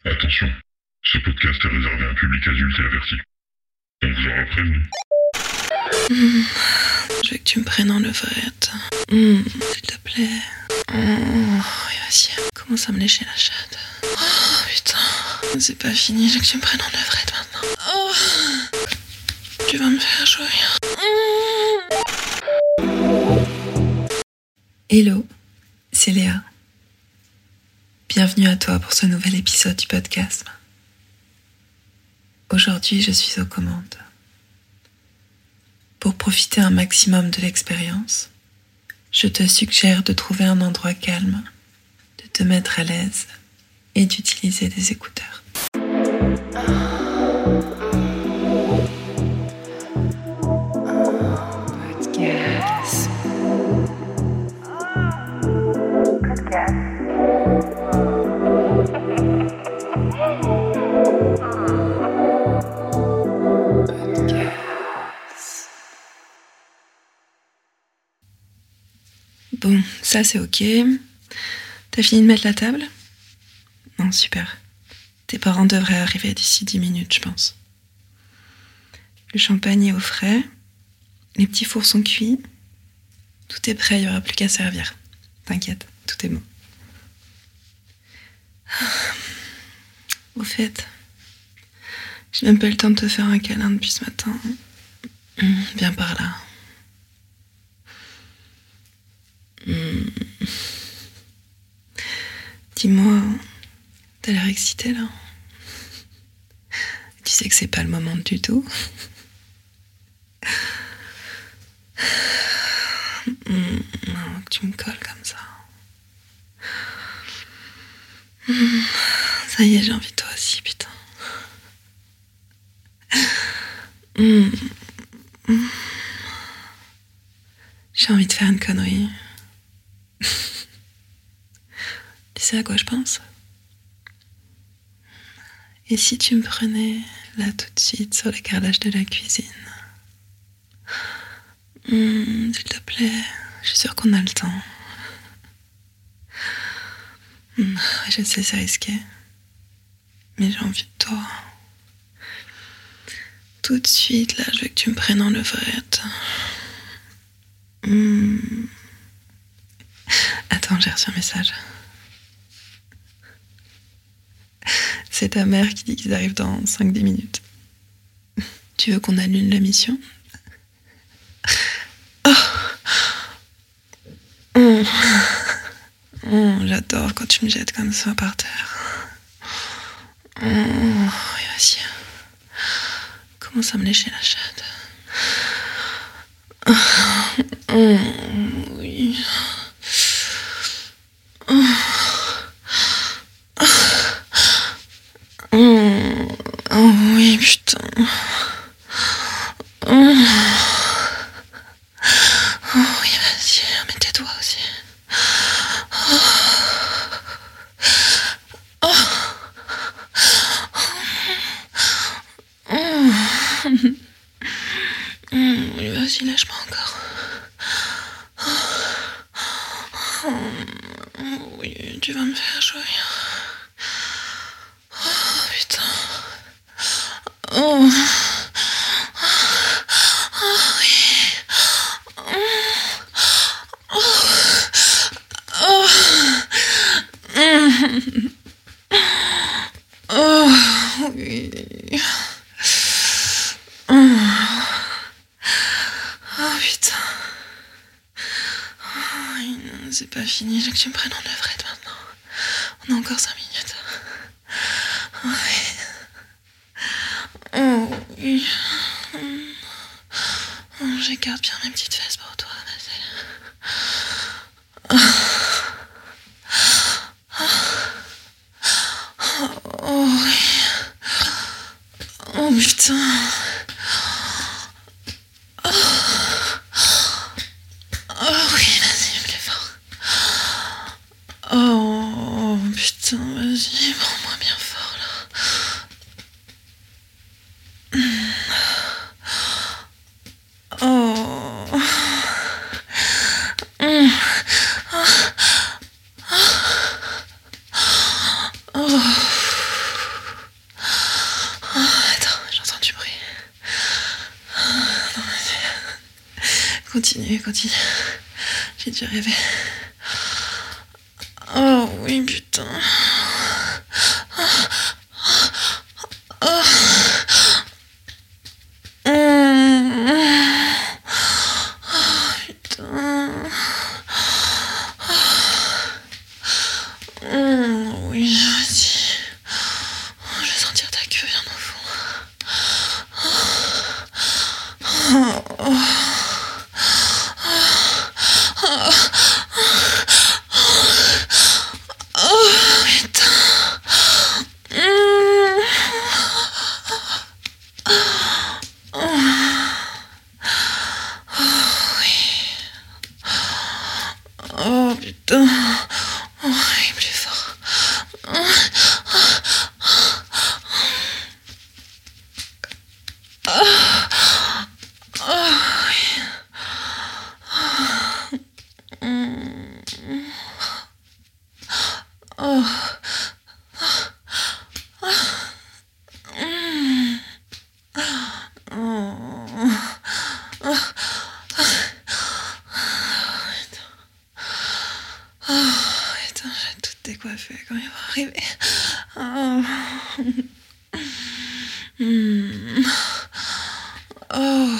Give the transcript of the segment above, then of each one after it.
Attention, ce podcast est réservé à un public adulte et averti. On vous aura prévenu. Je veux que tu me prennes en levrette. S'il te plaît. Vas-y, commence à me lécher la chatte. Oh putain, c'est pas fini, je veux que tu me prennes en levrette maintenant. Oh, tu vas me faire jouir. Hello, c'est Léa. Bienvenue à toi pour ce nouvel épisode du podcast. Aujourd'hui, je suis aux commandes. Pour profiter un maximum de l'expérience, je te suggère de trouver un endroit calme, de te mettre à l'aise et d'utiliser des écouteurs. Podcast. Bon, ça c'est ok. T'as fini de mettre la table ? Non, super. Tes parents devraient arriver d'ici 10 minutes, je pense. Le champagne est au frais. Les petits fours sont cuits. Tout est prêt, il n'y aura plus qu'à servir. T'inquiète, tout est bon. Au fait, j'ai même pas eu le temps de te faire un câlin depuis ce matin. Viens par là. Dis-moi, t'as l'air excitée là ? Tu sais que c'est pas le moment du tout. Non, que tu me colles comme ça. Ça y est, j'ai envie de toi aussi, putain. J'ai envie de faire une connerie. Tu sais à quoi je pense ? Et si tu me prenais là tout de suite sur le carrelage de la cuisine ? S'il te plaît, je suis sûre qu'on a le temps. Je sais, c'est risqué. Mais j'ai envie de toi. Tout de suite, là, je veux que tu me prennes en levrette. Attends, j'ai reçu un message. C'est ta mère qui dit qu'ils arrivent dans 5-10 minutes. Tu veux qu'on annule la mission ? J'adore quand tu me jettes comme ça par terre. Vas-y. Commence à me lécher la chatte. Oui. Oh oui, putain. Oh oui, vas-y, mets tes doigts aussi. Oui, vas-y, lâche-moi encore. Oui, tu vas me faire jouir. Oh putain. Oh oui. Oh oui. Oh putain. Oh, non, c'est pas fini, je veux que tu me prennes en levrette maintenant. On a encore 5 minutes. Oh oui. Oh oui. Oh, j'écarte bien mes petites fesses pour toi, vas-y. Oh oui. Oh putain. Oh oui, vas-y, plus fort. Oh putain, vas-y, prends-moi bien fort là. Oh. Oh. continue. J'ai dû rêver. Oh oui, putain. Oh. Putain. Oui, vas-y. Je vais sentir ta queue bien au fond. Putain. Oh putain. Oh, il est plus fort. Putain, j'ai tout décoiffé quand il va arriver. Oh. Oh.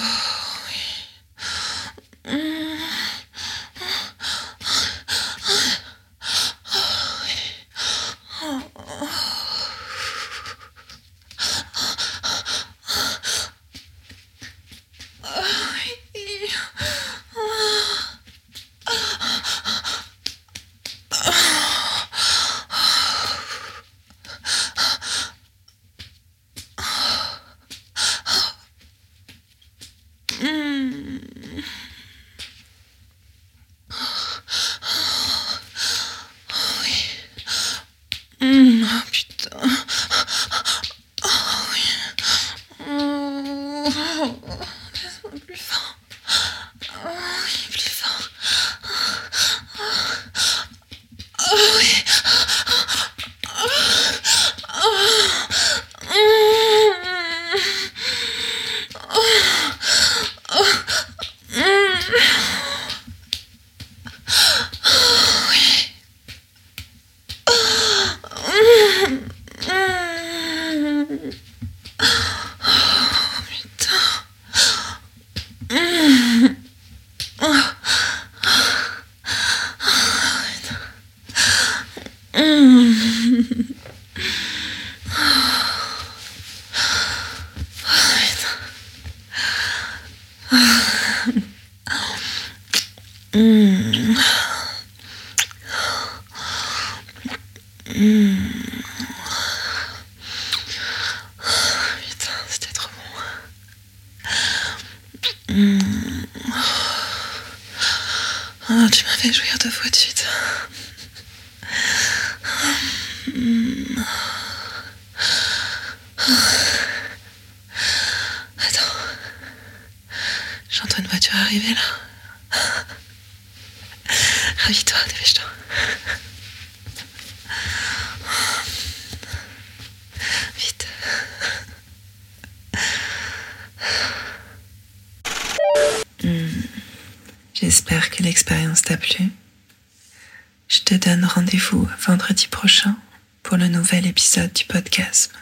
Oh putain. Oh oui. Laisse-moi plus fort. Oh oui, plus fort. Oh oui. Putain, c'était trop bon. Oh, tu m'as fait jouir 2 fois de suite. Attends. J'entends une voiture arriver là. Ravis-toi, dépêche-toi. Vite. J'espère que l'expérience t'a plu. Je te donne rendez-vous vendredi prochain pour le nouvel épisode du podcast.